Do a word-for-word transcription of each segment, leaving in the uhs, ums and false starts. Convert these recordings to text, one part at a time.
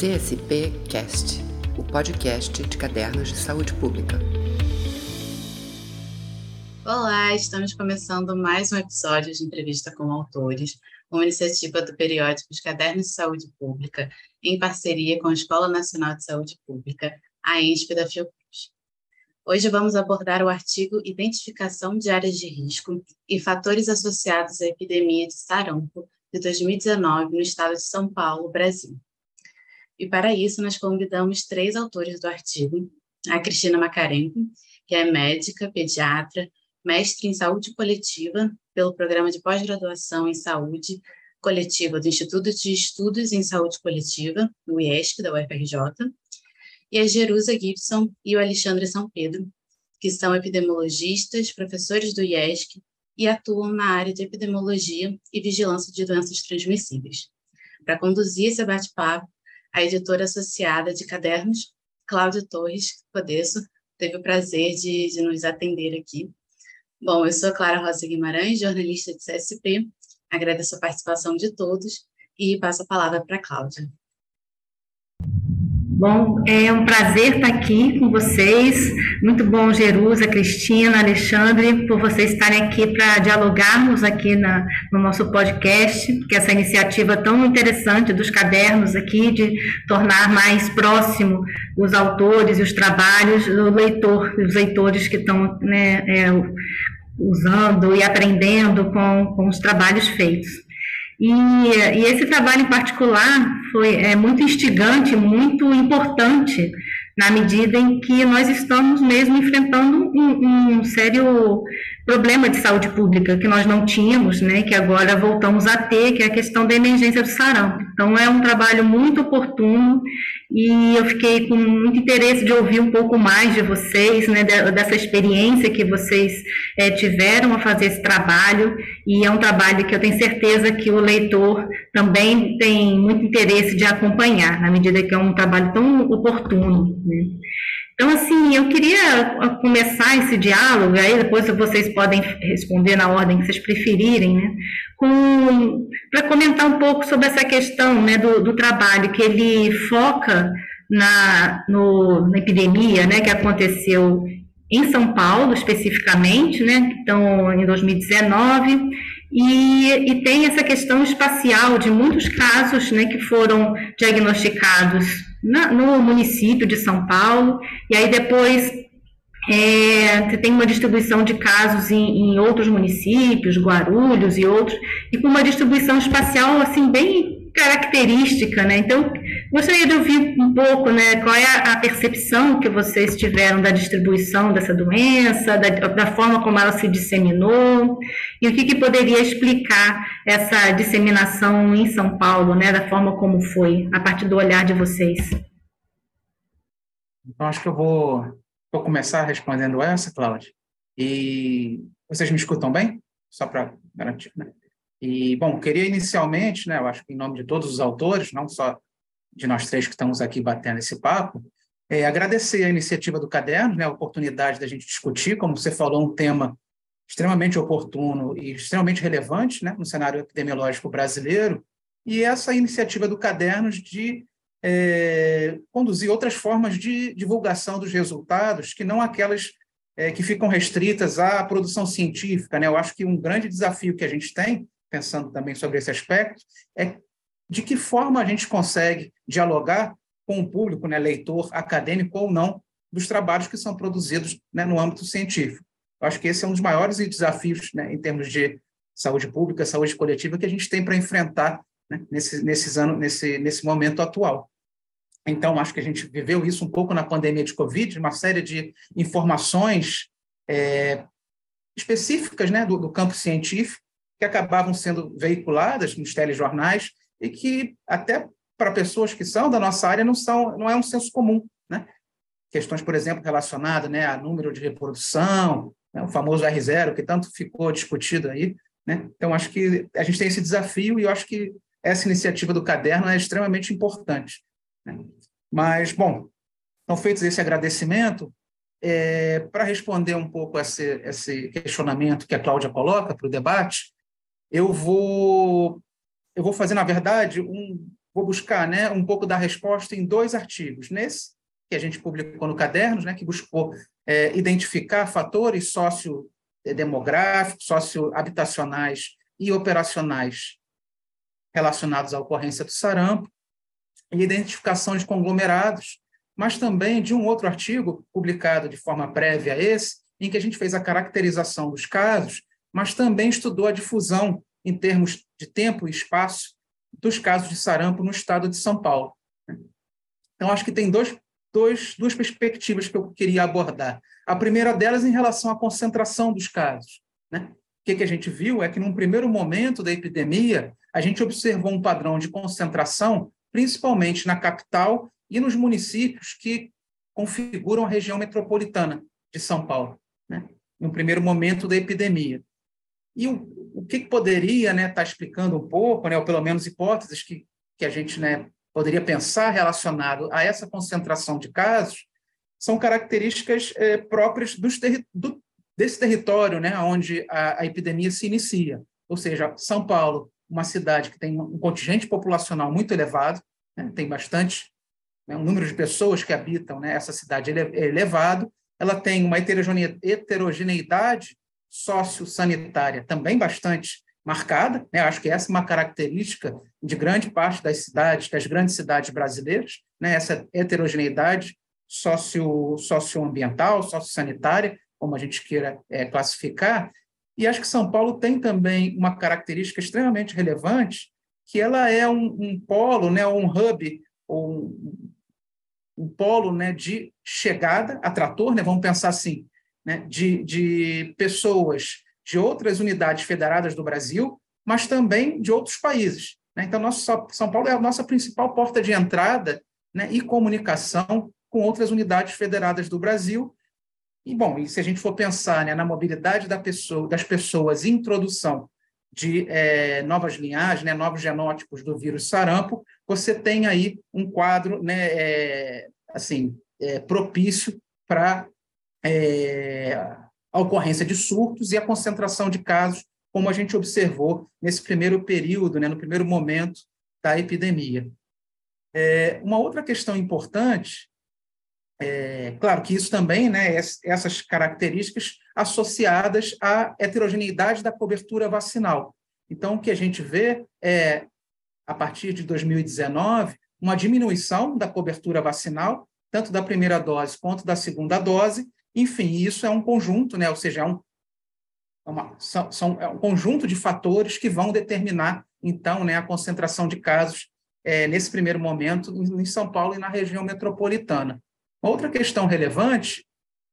C S P Cast, o podcast de cadernos de saúde pública. Olá, estamos começando mais um episódio de entrevista com autores, uma iniciativa do periódico Os Cadernos de Saúde Pública, em parceria com a Escola Nacional de Saúde Pública, a ENSP da Fiocruz. Hoje vamos abordar o artigo Identificação de áreas de risco e fatores associados à epidemia de sarampo de dois mil e dezenove no estado de São Paulo, Brasil. E para isso nós convidamos três autores do artigo, a Cristina Makarenko, que é médica, pediatra, mestre em saúde coletiva pelo Programa de Pós-Graduação em Saúde Coletiva do Instituto de Estudos em Saúde Coletiva, o I E S C, da U F R J, e a Jerusa Gibson e o Alexandre São Pedro, que são epidemiologistas, professores do I E S C e atuam na área de epidemiologia e vigilância de doenças transmissíveis. Para conduzir esse bate-papo, a editora associada de cadernos, Cláudia Torres Codesso, teve o prazer de, de nos atender aqui. Bom, eu sou Clara Rosa Guimarães, jornalista de C S P, agradeço a participação de todos e passo a palavra para a Cláudia. Bom, é um prazer estar aqui com vocês. Muito bom, Jerusa, Cristina, Alexandre, por vocês estarem aqui para dialogarmos aqui na, no nosso podcast, que é essa iniciativa tão interessante dos cadernos aqui, de tornar mais próximo os autores e os trabalhos do leitor, os leitores que estão, né, é, usando e aprendendo com, com os trabalhos feitos. E, e esse trabalho em particular foi é, muito instigante, muito importante, na medida em que nós estamos mesmo enfrentando um, um sério problema de saúde pública que nós não tínhamos, né, que agora voltamos a ter, que é a questão da emergência do sarampo. Então, é um trabalho muito oportuno e eu fiquei com muito interesse de ouvir um pouco mais de vocês, né, dessa experiência que vocês é, tiveram a fazer esse trabalho, e é um trabalho que eu tenho certeza que o leitor também tem muito interesse de acompanhar, na medida que é um trabalho tão oportuno, né. Então, assim, eu queria começar esse diálogo, aí depois vocês podem responder na ordem que vocês preferirem, né, para comentar um pouco sobre essa questão, né, do, do trabalho, que ele foca na, no, na epidemia, né, que aconteceu em São Paulo, especificamente, né, então, em dois mil e dezenove, e, e tem essa questão espacial de muitos casos, né, que foram diagnosticados na, no município de São Paulo, e aí depois é, tem uma distribuição de casos em, em outros municípios, Guarulhos e outros, e com uma distribuição espacial, assim, bem característica, né? Então, gostaria de ouvir um pouco, né, qual é a, a percepção que vocês tiveram da distribuição dessa doença, da, da forma como ela se disseminou, e o que, que poderia explicar essa disseminação em São Paulo, né, da forma como foi, a partir do olhar de vocês. Então, acho que eu vou, vou começar respondendo essa, Cláudia, e vocês me escutam bem? Só para garantir, né? E, bom, queria inicialmente, né, eu acho que em nome de todos os autores, não só de nós três que estamos aqui batendo esse papo, é, agradecer a iniciativa do caderno, né, a oportunidade da gente discutir, como você falou, um tema extremamente oportuno e extremamente relevante, né, no cenário epidemiológico brasileiro, e essa iniciativa do caderno de é, conduzir outras formas de divulgação dos resultados, que não aquelas é, que ficam restritas à produção científica, né. Eu acho que um grande desafio que a gente tem, pensando também sobre esse aspecto, é de que forma a gente consegue dialogar com o público, né, leitor, acadêmico ou não, dos trabalhos que são produzidos, né, no âmbito científico. Eu acho que esse é um dos maiores desafios, né, em termos de saúde pública, saúde coletiva, que a gente tem para enfrentar, né, nesse, nesses anos, nesse, nesse momento atual. Então, acho que a gente viveu isso um pouco na pandemia de Covid, uma série de informações é, específicas, né, do, do campo científico, que acabavam sendo veiculadas nos telejornais e que, até para pessoas que são da nossa área, não, são, não é um senso comum, né? Questões, por exemplo, relacionadas, né, a número de reprodução, né, o famoso R zero, que tanto ficou discutido aí, né? Então, acho que a gente tem esse desafio e eu acho que essa iniciativa do caderno é extremamente importante, né? Mas, bom, então, feitos esse agradecimento, é, para responder um pouco esse, esse questionamento que a Cláudia coloca para o debate, Eu vou, eu vou fazer, na verdade, um, vou buscar, né, um pouco da resposta em dois artigos. Nesse, que a gente publicou no Cadernos, né, que buscou é, identificar fatores sociodemográficos, sociohabitacionais e operacionais relacionados à ocorrência do sarampo, e identificação de conglomerados, mas também de um outro artigo publicado de forma prévia a esse, em que a gente fez a caracterização dos casos, mas também estudou a difusão em termos de tempo e espaço dos casos de sarampo no estado de São Paulo. Então, acho que tem dois, dois, duas perspectivas que eu queria abordar. A primeira delas em relação à concentração dos casos, né? O que, que a gente viu é que, num primeiro momento da epidemia, a gente observou um padrão de concentração, principalmente na capital e nos municípios que configuram a região metropolitana de São Paulo, né? No primeiro momento da epidemia. E o, o que, que poderia, né, estar explicando um pouco, né, ou pelo menos hipóteses que, que a gente, né, poderia pensar relacionado a essa concentração de casos, são características eh, próprias dos terri do, desse território, né, onde a, a epidemia se inicia. Ou seja, São Paulo, uma cidade que tem um contingente populacional muito elevado, né, tem bastante, né, um número de pessoas que habitam, né, essa cidade é elevado, ela tem uma heterogeneidade sociossanitária também bastante marcada, né? Acho que essa é uma característica de grande parte das cidades, das grandes cidades brasileiras, né? Essa heterogeneidade socio, socioambiental, sociossanitária, como a gente queira é, classificar. E acho que São Paulo tem também uma característica extremamente relevante, que ela é um, um polo, né? um hub, ou um, um polo, né? de chegada, atrator, né? vamos pensar assim, né? de, de pessoas de outras unidades federadas do Brasil, mas também de outros países, né? Então, nosso, São Paulo é a nossa principal porta de entrada, né? e comunicação com outras unidades federadas do Brasil. E, bom, e se a gente for pensar, né, na mobilidade da pessoa, das pessoas e introdução de é, novas linhagens, né, novos genótipos do vírus sarampo, você tem aí um quadro, né, é, assim, é, propício para é, a ocorrência de surtos e a concentração de casos, como a gente observou nesse primeiro período, né, no primeiro momento da epidemia. É, uma outra questão importante, é, claro que isso também, né, essas características associadas à heterogeneidade da cobertura vacinal. Então, o que a gente vê é, a partir de dois mil e dezenove, uma diminuição da cobertura vacinal, tanto da primeira dose quanto da segunda dose. Enfim, isso é um conjunto, né, ou seja, é um, uma, são, são, é um conjunto de fatores que vão determinar, então, né, a concentração de casos é, nesse primeiro momento em São Paulo e na região metropolitana. Outra questão relevante,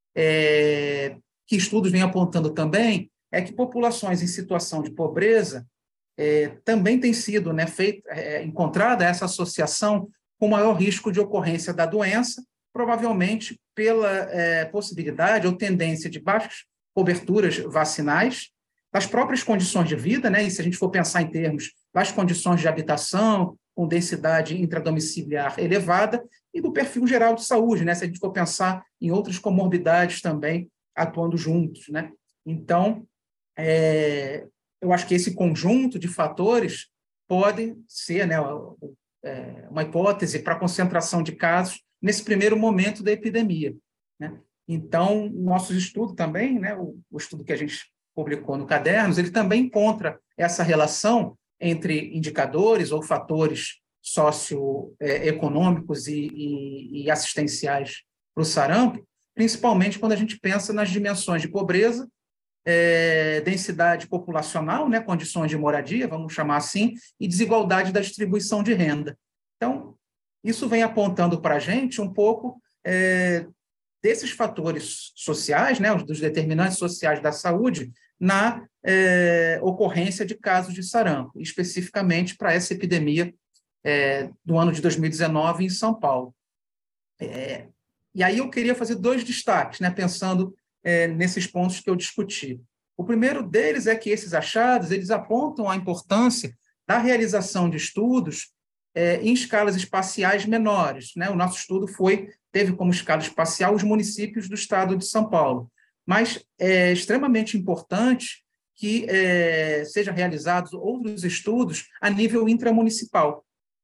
é, que estudos vêm apontando também, é que populações em situação de pobreza é, também tem sido, né, feita, é, encontrada essa associação com maior risco de ocorrência da doença, provavelmente pela é, possibilidade ou tendência de baixas coberturas vacinais, das próprias condições de vida, né, e se a gente for pensar em termos das condições de habitação, com densidade intradomiciliar elevada, e do perfil geral de saúde, né, se a gente for pensar em outras comorbidades também atuando juntos, né. Então, é, eu acho que esse conjunto de fatores pode ser, né, uma hipótese para a concentração de casos nesse primeiro momento da epidemia, né. Então, nosso estudo também, né, o, o estudo que a gente publicou no Cadernos, ele também encontra essa relação entre indicadores ou fatores socioeconômicos e, e, e assistenciais para o sarampo, principalmente quando a gente pensa nas dimensões de pobreza, é, densidade populacional, né, condições de moradia, vamos chamar assim, e desigualdade da distribuição de renda. Então, isso vem apontando para a gente um pouco é, desses fatores sociais, né, dos determinantes sociais da saúde, na é, ocorrência de casos de sarampo, especificamente para essa epidemia é, do ano de dois mil e dezenove em São Paulo. É, e aí eu queria fazer dois destaques, né, pensando é, nesses pontos que eu discuti. O primeiro deles é que esses achados eles apontam a importância da realização de estudos é, em escalas espaciais menores, né? O nosso estudo foi, teve como escala espacial os municípios do estado de São Paulo, mas é extremamente importante que é, sejam realizados outros estudos a nível intramunicipal.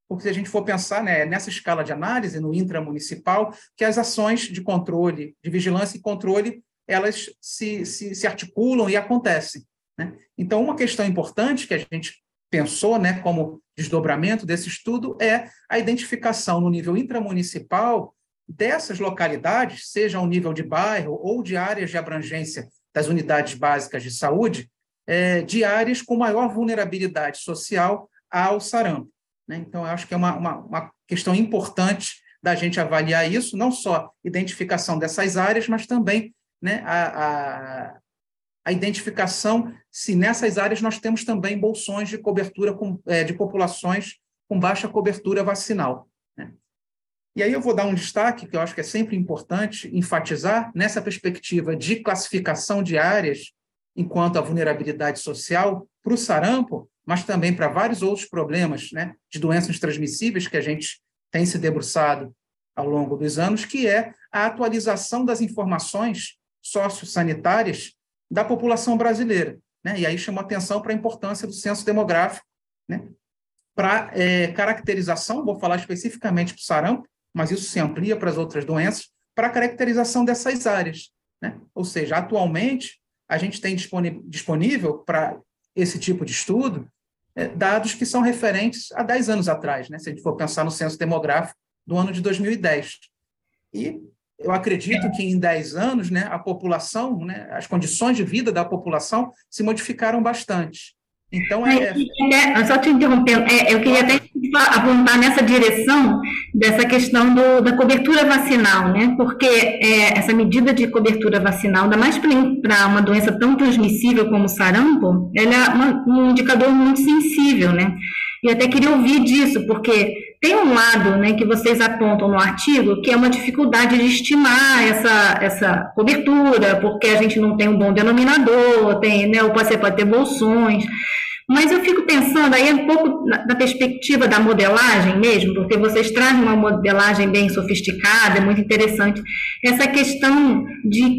porque se a gente for pensar, né, nessa escala de análise, no intramunicipal, que as ações de controle, de vigilância e controle, elas se, se, se articulam e acontecem, né? Então, uma questão importante que a gente pensou, né, como desdobramento desse estudo é a identificação no nível intramunicipal dessas localidades, seja ao nível de bairro ou de áreas de abrangência das unidades básicas de saúde, é, de áreas com maior vulnerabilidade social ao sarampo, né? Então, eu acho que é uma, uma, uma questão importante da gente avaliar isso, não só identificação dessas áreas, mas também, né, a, a, a identificação se nessas áreas nós temos também bolsões de cobertura com, é, de populações com baixa cobertura vacinal, né? E aí eu vou dar um destaque, que eu acho que é sempre importante enfatizar, nessa perspectiva de classificação de áreas enquanto a vulnerabilidade social para o sarampo, mas também para vários outros problemas, né, de doenças transmissíveis que a gente tem se debruçado ao longo dos anos, que é a atualização das informações sociossanitárias da população brasileira, né? E aí chama atenção para a importância do censo demográfico, né, para é, caracterização, vou falar especificamente para o sarampo, mas isso se amplia para as outras doenças, para a caracterização dessas áreas, né? Ou seja, atualmente, a gente tem disponível para esse tipo de estudo é, dados que são referentes a dez anos atrás, né? Se a gente for pensar no censo demográfico do ano de dois mil e dez. E eu acredito que em dez anos, né, a população, né, as condições de vida da população se modificaram bastante. Então, é... é só te interrompendo, é, eu queria até apontar nessa direção dessa questão do, da cobertura vacinal, né? Porque é, essa medida de cobertura vacinal, ainda mais para uma doença tão transmissível como o sarampo, ela é uma, um indicador muito sensível, né? E eu até queria ouvir disso, porque tem um lado, né, que vocês apontam no artigo, que é uma dificuldade de estimar essa, essa cobertura, porque a gente não tem um bom denominador, tem, né, ou você pode ter bolsões. Mas eu fico pensando aí um pouco na, na perspectiva da modelagem mesmo, porque vocês trazem uma modelagem bem sofisticada, é muito interessante, essa questão de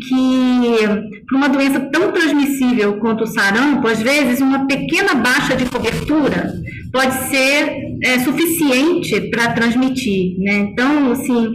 que, para uma doença tão transmissível quanto o sarampo, às vezes uma pequena baixa de cobertura pode ser é, suficiente para transmitir, né? Então, assim,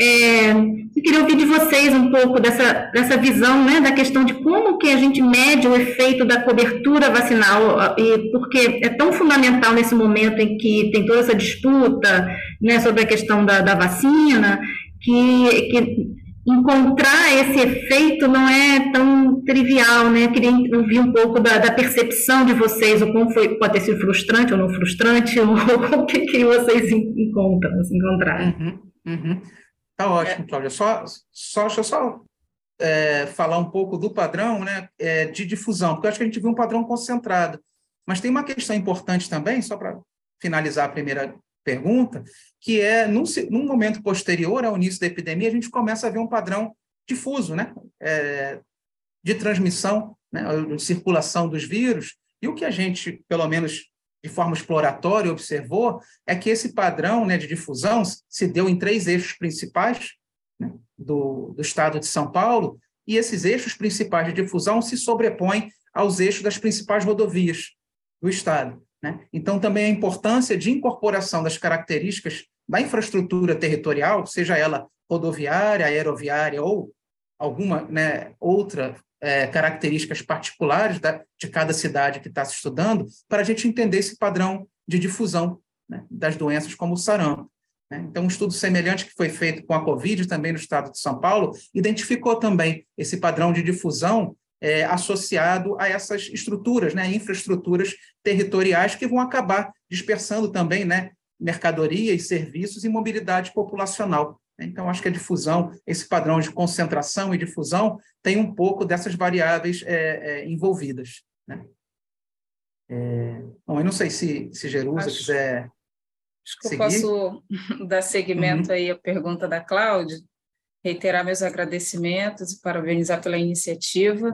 é, eu queria ouvir de vocês um pouco dessa, dessa visão, né, da questão de como que a gente mede o efeito da cobertura vacinal, e porque é tão fundamental nesse momento em que tem toda essa disputa, né, sobre a questão da, da vacina, que, que encontrar esse efeito não é tão trivial, né? Eu queria ouvir um pouco da, da percepção de vocês, ou como foi, pode ter sido frustrante ou não frustrante, ou o que, que vocês encontram, se encontraram. Uhum, uhum. Tá ótimo, Cláudia. Só, só, deixa eu só é, falar um pouco do padrão, né, é, de difusão, porque eu acho que a gente viu um padrão concentrado. Mas tem uma questão importante também, só para finalizar a primeira pergunta, que é, num, num momento posterior ao início da epidemia, a gente começa a ver um padrão difuso, né, é, de transmissão, né, de circulação dos vírus, e o que a gente, pelo menos de forma exploratória, observou é que esse padrão, né, de difusão se deu em três eixos principais, né, do, do estado de São Paulo, e esses eixos principais de difusão se sobrepõem aos eixos das principais rodovias do estado, né? Então, também a importância de incorporação das características da infraestrutura territorial, seja ela rodoviária, aeroviária ou alguma, né, outra É, características particulares da, de cada cidade que está se estudando, para a gente entender esse padrão de difusão, né, das doenças como o sarampo, né? Então, um estudo semelhante que foi feito com a Covid, também no estado de São Paulo, identificou também esse padrão de difusão é, associado a essas estruturas, né, infraestruturas territoriais que vão acabar dispersando também, né, mercadoria e serviços e mobilidade populacional. Então, acho que a difusão, esse padrão de concentração e difusão, tem um pouco dessas variáveis é, é, envolvidas, né? É, bom, eu não sei se, se Jerusa acho, quiser Acho que seguir. Eu posso dar seguimento uhum. aí à pergunta da Cláudia, reiterar meus agradecimentos e parabenizar pela iniciativa.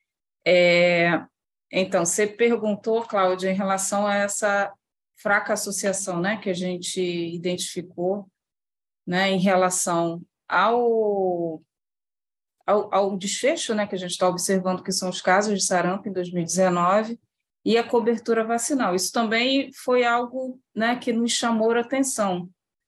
É, então, você perguntou, Cláudia, em relação a essa fraca associação, né, que a gente identificou, né, em relação ao, ao, ao desfecho, né, que a gente está observando, que são os casos de sarampo em dois mil e dezenove, e a cobertura vacinal. Isso também foi algo, né, que nos chamou a atenção.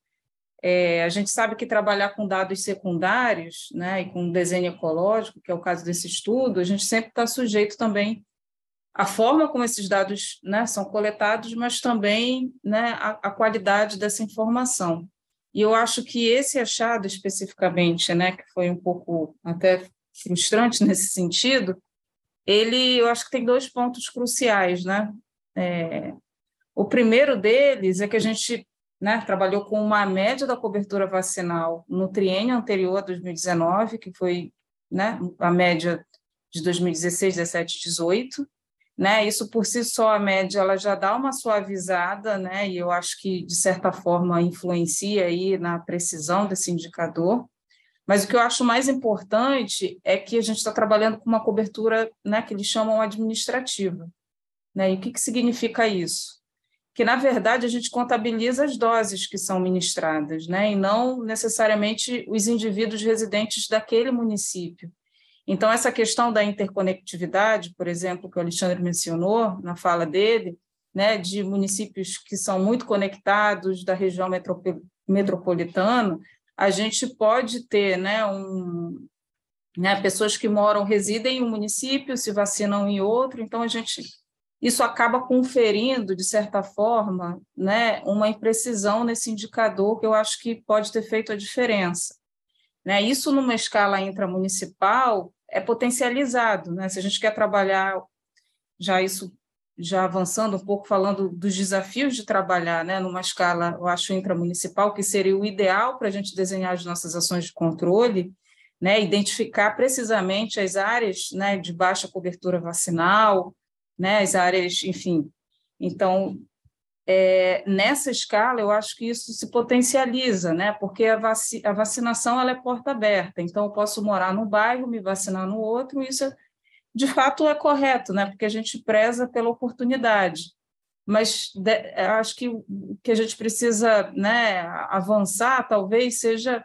É, a gente sabe que trabalhar com dados secundários, né, e com desenho ecológico, que é o caso desse estudo, a gente sempre está sujeito também à forma como esses dados, né, são coletados, mas também, né, a, a qualidade dessa informação. E eu acho que esse achado especificamente, né, que foi um pouco até frustrante nesse sentido, ele, eu acho que tem dois pontos cruciais, né? É, o primeiro deles é que a gente, né, trabalhou com uma média da cobertura vacinal no triênio anterior a dois mil e dezenove, que foi, né, a média de dois mil e dezesseis, dezessete, dezoito, né? Isso por si só, a média, ela já dá uma suavizada, né? E eu acho que, de certa forma, influencia aí na precisão desse indicador. Mas o que eu acho mais importante é que a gente está trabalhando com uma cobertura, né, que eles chamam administrativa. Né? E o que, que significa isso? Que, na verdade, a gente contabiliza as doses que são ministradas, né, e não necessariamente os indivíduos residentes daquele município. Então, essa questão da interconectividade, por exemplo, que o Alexandre mencionou na fala dele, né, de municípios que são muito conectados da região metropolitana, a gente pode ter, né, um, né, pessoas que moram, residem em um município, se vacinam em outro, então a gente, isso acaba conferindo, de certa forma, né, uma imprecisão nesse indicador que eu acho que pode ter feito a diferença. Né, isso numa escala intramunicipal é potencializado, né, se a gente quer trabalhar, já isso já avançando um pouco, falando dos desafios de trabalhar, né, numa escala, eu acho, intramunicipal, que seria o ideal para a gente desenhar as nossas ações de controle, né, identificar precisamente as áreas, né, de baixa cobertura vacinal, né, as áreas, enfim. Então, é, nessa escala, eu acho que isso se potencializa, né, porque a, vaci a vacinação ela é porta aberta, então eu posso morar num bairro, me vacinar no outro, e isso é, de fato é correto, né? Porque a gente preza pela oportunidade, mas de, acho que o que a gente precisa, né, avançar talvez seja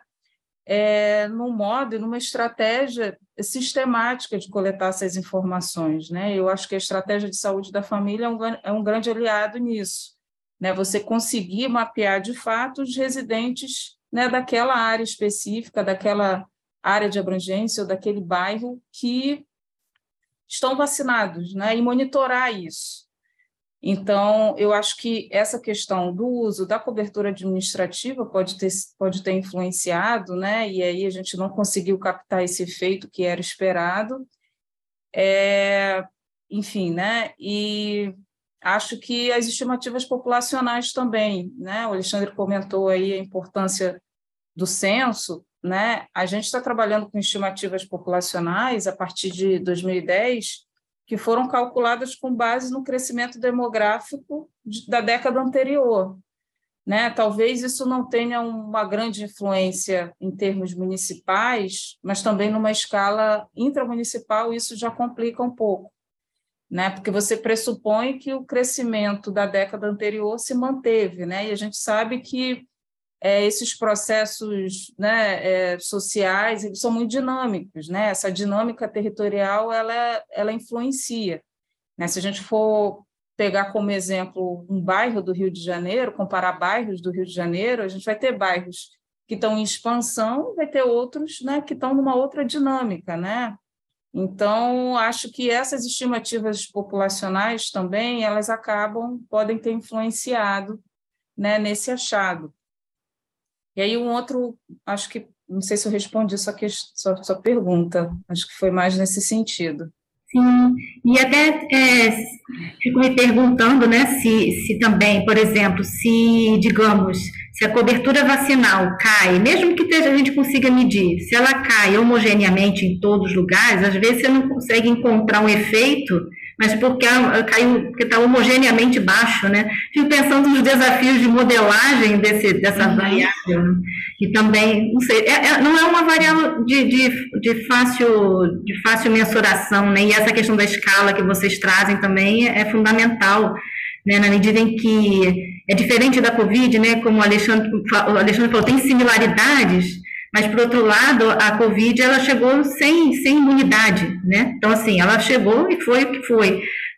é, num modo e numa estratégia sistemática de coletar essas informações, né? Eu acho que a estratégia de saúde da família é um, é um grande aliado nisso, né? Você conseguir mapear de fato os residentes, né, daquela área específica, daquela área de abrangência ou daquele bairro que estão vacinados, né, e monitorar isso. Então, eu acho que essa questão do uso da cobertura administrativa pode ter, pode ter influenciado, né, e aí a gente não conseguiu captar esse efeito que era esperado. É, enfim, né, e acho que as estimativas populacionais também, né, o Alexandre comentou aí a importância do censo, né? A gente está trabalhando com estimativas populacionais a partir de dois mil e dez, que foram calculadas com base no crescimento demográfico de, da década anterior. Né? Talvez isso não tenha uma grande influência em termos municipais, mas também numa escala intramunicipal isso já complica um pouco, né? Porque você pressupõe que o crescimento da década anterior se manteve, né? E a gente sabe que É, esses processos, né, é, sociais, eles são muito dinâmicos, né? Essa dinâmica territorial, ela, ela influencia, né? Se a gente for pegar como exemplo um bairro do Rio de Janeiro, comparar bairros do Rio de Janeiro, a gente vai ter bairros que estão em expansão, vai ter outros, né, que estão numa outra dinâmica, né? Então, acho que essas estimativas populacionais também, elas acabam, podem ter influenciado, né, nesse achado. E aí um outro, acho que, não sei se eu respondi sua, sua, sua pergunta, acho que foi mais nesse sentido. Sim, e até é, fico me perguntando, né, se, se também, por exemplo, se, digamos, se a cobertura vacinal cai, mesmo que a gente consiga medir, se ela cai homogeneamente em todos os lugares, às vezes você não consegue encontrar um efeito, mas porque caiu, porque está homogeneamente baixo, né? Fico pensando nos desafios de modelagem desse, dessa uhum. variável, né? E também, não sei, é, é, não é uma variável de, de, de, fácil, de fácil mensuração, né? E essa questão da escala que vocês trazem também é, é fundamental, né? Na medida em que é diferente da Covid, né? Como o Alexandre, o Alexandre falou, tem similaridades, mas, por outro lado, a Covid ela chegou sem, sem imunidade, né? Então, assim, ela chegou e foi o que foi.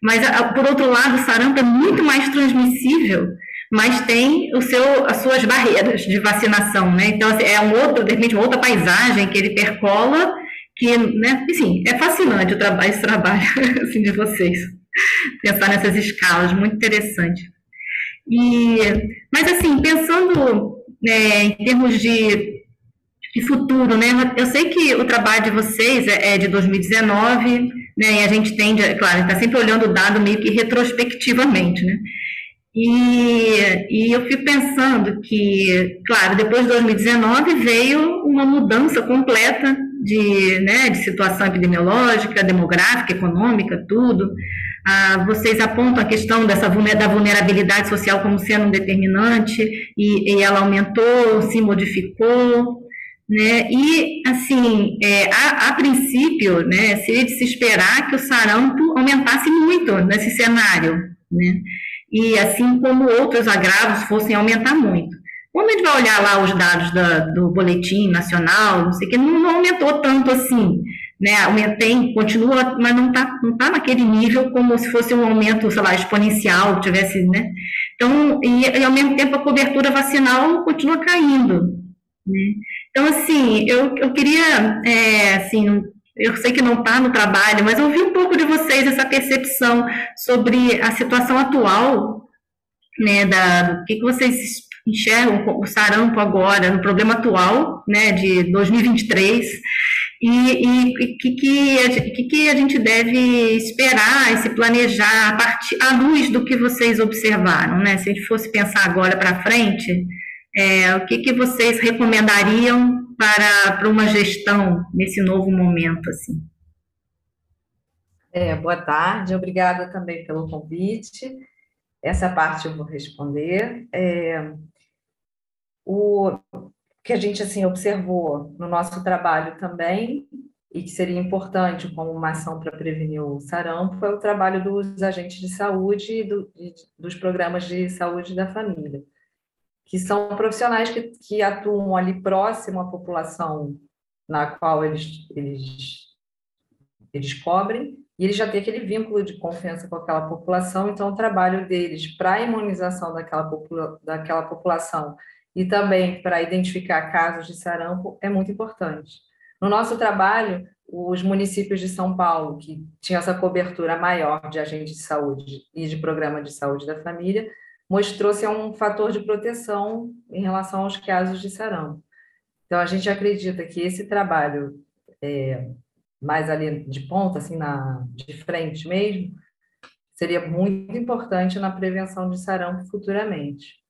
Mas, por outro lado, o sarampo é muito mais transmissível, mas tem o seu, as suas barreiras de vacinação, né? Então, assim, é um outro, de repente, uma outra paisagem que ele percola, que, né, enfim, é fascinante o trabalho, esse trabalho assim, de vocês, pensar nessas escalas, muito interessante. E, mas, assim, pensando é, em termos de, de futuro, né, eu sei que o trabalho de vocês é, é de dois mil e dezenove, né, e a gente tende, é claro, está sempre olhando o dado meio que retrospectivamente, né, e, e eu fico pensando que, claro, depois de dois mil e dezenove veio uma mudança completa de, né, de situação epidemiológica, demográfica, econômica, tudo. Ah, vocês apontam a questão dessa da vulnerabilidade social como sendo um determinante, e, e ela aumentou, se modificou, né? E, assim, é, a, a princípio, né, seria de se esperar que o sarampo aumentasse muito nesse cenário, né? E assim como outros agravos fossem aumentar muito. Quando a gente vai olhar lá os dados da, do boletim nacional, não sei o que, não, não aumentou tanto assim, né? Aumentei, continua, mas não está não tá naquele nível como se fosse um aumento, sei lá, exponencial, tivesse, né? Então, e, e ao mesmo tempo a cobertura vacinal continua caindo, né? Então, assim, eu, eu queria, é, assim, eu sei que não está no trabalho, mas ouvir um pouco de vocês essa percepção sobre a situação atual, né, da, do que, que vocês enxergam o sarampo agora, no problema atual, né, de dois mil e vinte e três, e o que, que, que, que a gente deve esperar e se planejar a, partir, à luz do que vocês observaram, né? Se a gente fosse pensar agora para frente, é, o que, que vocês recomendariam para, para uma gestão nesse novo momento, assim? É, boa tarde, obrigada também pelo convite. Essa parte eu vou responder. É, o que a gente assim observou no nosso trabalho também, e que seria importante como uma ação para prevenir o sarampo, é o trabalho dos agentes de saúde e do, de, dos programas de saúde da família, que são profissionais que, que atuam ali próximo à população na qual eles, eles, eles cobrem, e eles já têm aquele vínculo de confiança com aquela população, então o trabalho deles para a imunização daquela, popula, daquela população e também para identificar casos de sarampo é muito importante. No nosso trabalho, os municípios de São Paulo, que tinham essa cobertura maior de agentes de saúde e de programa de saúde da família, mostrou-se um fator de proteção em relação aos casos de sarampo. Então, a gente acredita que esse trabalho, é, mais ali de ponta, assim, na, de frente mesmo, seria muito importante na prevenção de sarampo futuramente.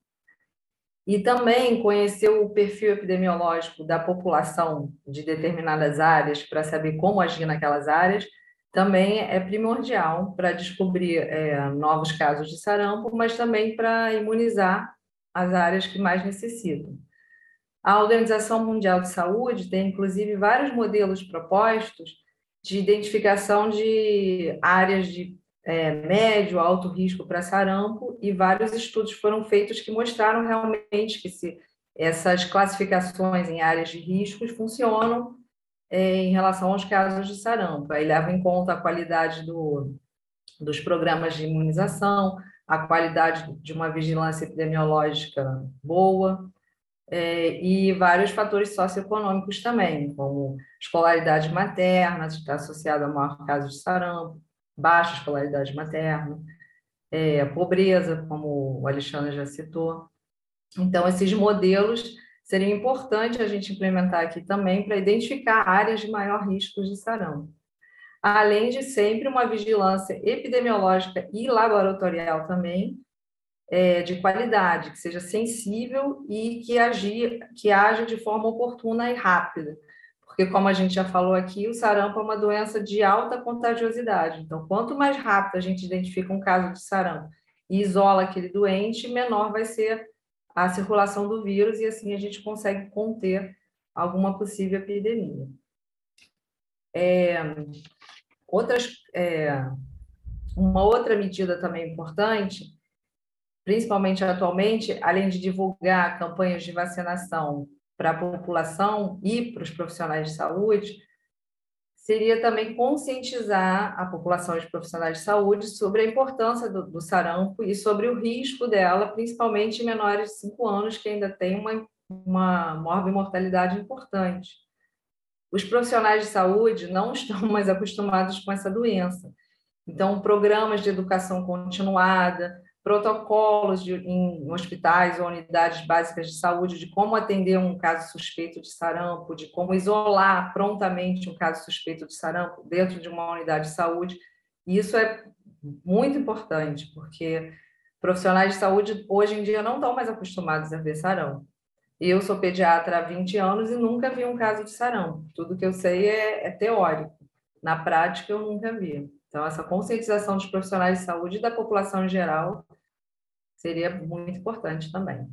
E também conhecer o perfil epidemiológico da população de determinadas áreas para saber como agir naquelas áreas também é primordial para descobrir é, novos casos de sarampo, mas também para imunizar as áreas que mais necessitam. A Organização Mundial de Saúde tem, inclusive, vários modelos propostos de identificação de áreas de É, médio, alto risco para sarampo, e vários estudos foram feitos que mostraram realmente que se essas classificações em áreas de riscos funcionam é, em relação aos casos de sarampo. Aí leva em conta a qualidade do, dos programas de imunização, a qualidade de uma vigilância epidemiológica boa, é, e vários fatores socioeconômicos também, como escolaridade materna, está associada ao maior caso de sarampo, baixa escolaridade materna, é, pobreza, como o Alexandre já citou. Então, esses modelos seriam importantes a gente implementar aqui também para identificar áreas de maior risco de sarampo. Além de sempre uma vigilância epidemiológica e laboratorial também, é, de qualidade, que seja sensível e que, agir, que age de forma oportuna e rápida. Porque, como a gente já falou aqui, o sarampo é uma doença de alta contagiosidade. Então, quanto mais rápido a gente identifica um caso de sarampo e isola aquele doente, menor vai ser a circulação do vírus e, assim, a gente consegue conter alguma possível epidemia. É, outras, é, uma outra medida também importante, principalmente atualmente, além de divulgar campanhas de vacinação para a população e para os profissionais de saúde, seria também conscientizar a população de profissionais de saúde sobre a importância do, do sarampo e sobre o risco dela, principalmente em menores de cinco anos, que ainda tem uma, uma morbimortalidade importante. Os profissionais de saúde não estão mais acostumados com essa doença. Então, programas de educação continuada, protocolos de, em hospitais ou unidades básicas de saúde de como atender um caso suspeito de sarampo, de como isolar prontamente um caso suspeito de sarampo dentro de uma unidade de saúde. E isso é muito importante, porque profissionais de saúde hoje em dia não estão mais acostumados a ver sarampo. Eu sou pediatra há vinte anos e nunca vi um caso de sarampo. Tudo que eu sei é, é teórico. Na prática, eu nunca vi. Então, essa conscientização dos profissionais de saúde e da população em geral seria muito importante também.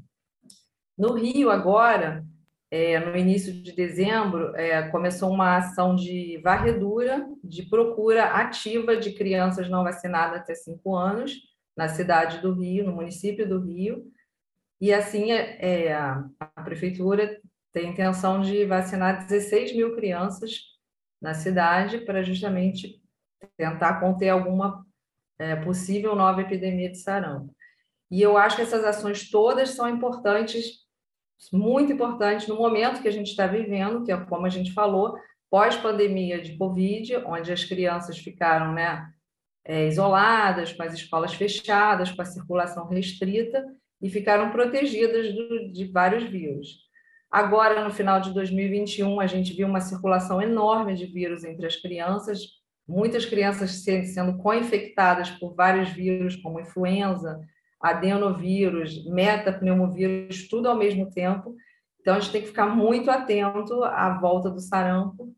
No Rio, agora, é, no início de dezembro, é, começou uma ação de varredura, de procura ativa de crianças não vacinadas até cinco anos, na cidade do Rio, no município do Rio. E, assim, é, a, a prefeitura tem a intenção de vacinar dezesseis mil crianças na cidade para justamente tentar conter alguma é, possível nova epidemia de sarampo. E eu acho que essas ações todas são importantes, muito importantes, no momento que a gente está vivendo, que é como a gente falou, pós-pandemia de Covid, onde as crianças ficaram, né, é, isoladas, com as escolas fechadas, com a circulação restrita, e ficaram protegidas do, de vários vírus. Agora, no final de dois mil e vinte e um, a gente viu uma circulação enorme de vírus entre as crianças, muitas crianças sendo co-infectadas por vários vírus, como influenza, adenovírus, metapneumovírus, tudo ao mesmo tempo. Então, a gente tem que ficar muito atento à volta do sarampo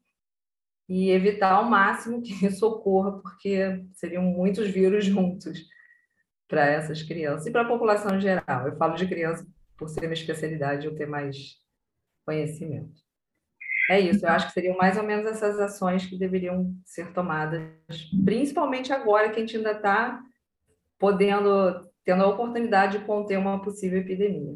e evitar ao máximo que isso ocorra, porque seriam muitos vírus juntos para essas crianças e para a população em geral. Eu falo de criança por ser minha especialidade, eu ter mais conhecimento. É isso, eu acho que seriam mais ou menos essas ações que deveriam ser tomadas, principalmente agora que a gente ainda está podendo, tendo a oportunidade de conter uma possível epidemia.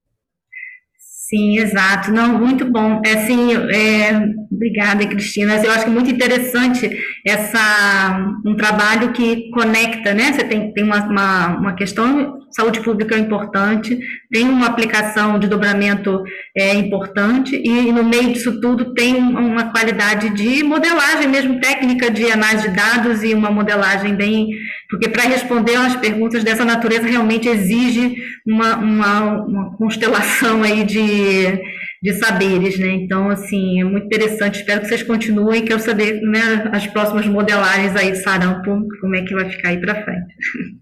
Sim, exato. Não, muito bom. É, assim, é, obrigada, Cristina. Eu acho que é muito interessante essa, um trabalho que conecta, né? Você tem, tem uma, uma, uma questão, saúde pública é importante, tem uma aplicação de dobramento é, importante e no meio disso tudo tem uma qualidade de modelagem mesmo, técnica de análise de dados e uma modelagem bem... Porque para responder às perguntas dessa natureza realmente exige uma, uma, uma constelação aí de, de saberes, né? Então, assim, é muito interessante. Espero que vocês continuem. Quero saber, né, as próximas modelagens aí de sarampo, como é que vai ficar aí para frente.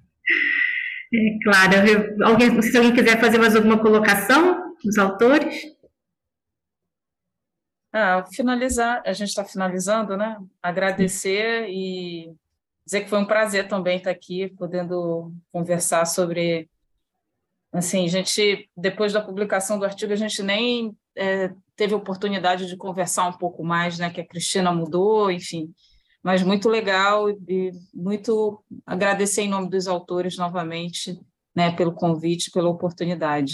É, claro, eu, alguém, não sei se alguém quiser fazer mais alguma colocação dos autores. Ah, finalizar, a gente está finalizando, né? Agradecer e dizer que foi um prazer também estar aqui, podendo conversar sobre... Assim, a gente, depois da publicação do artigo, a gente nem é, teve oportunidade de conversar um pouco mais, né? Que a Cristina mudou, enfim. Mas muito legal e muito agradecer em nome dos autores novamente, né? Pelo convite, pela oportunidade.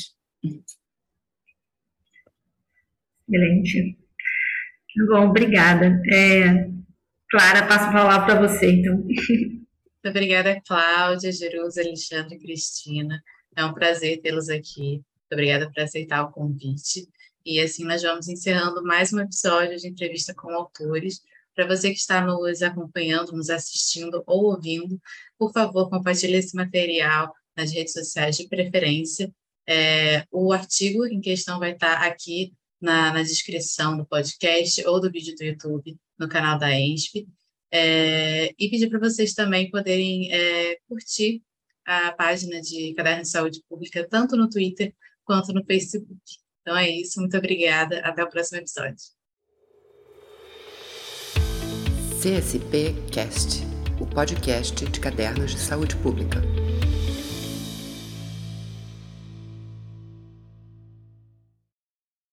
Excelente. Bom, obrigada. É... Clara, passo a palavra para você, então. Muito obrigada, Cláudia, Jerusa, Alexandre e Cristina. É um prazer tê-los aqui. Muito obrigada por aceitar o convite. E assim nós vamos encerrando mais um episódio de entrevista com autores. Para você que está nos acompanhando, nos assistindo ou ouvindo, por favor, compartilhe esse material nas redes sociais de preferência. É, o artigo em questão vai estar aqui na, na descrição do podcast ou do vídeo do YouTube, no canal da E N S P, é, e pedir para vocês também poderem é, curtir a página de Caderno de Saúde Pública, tanto no Twitter quanto no Facebook. Então é isso, muito obrigada, até o próximo episódio. C S P Cast, o podcast de Cadernos de Saúde Pública.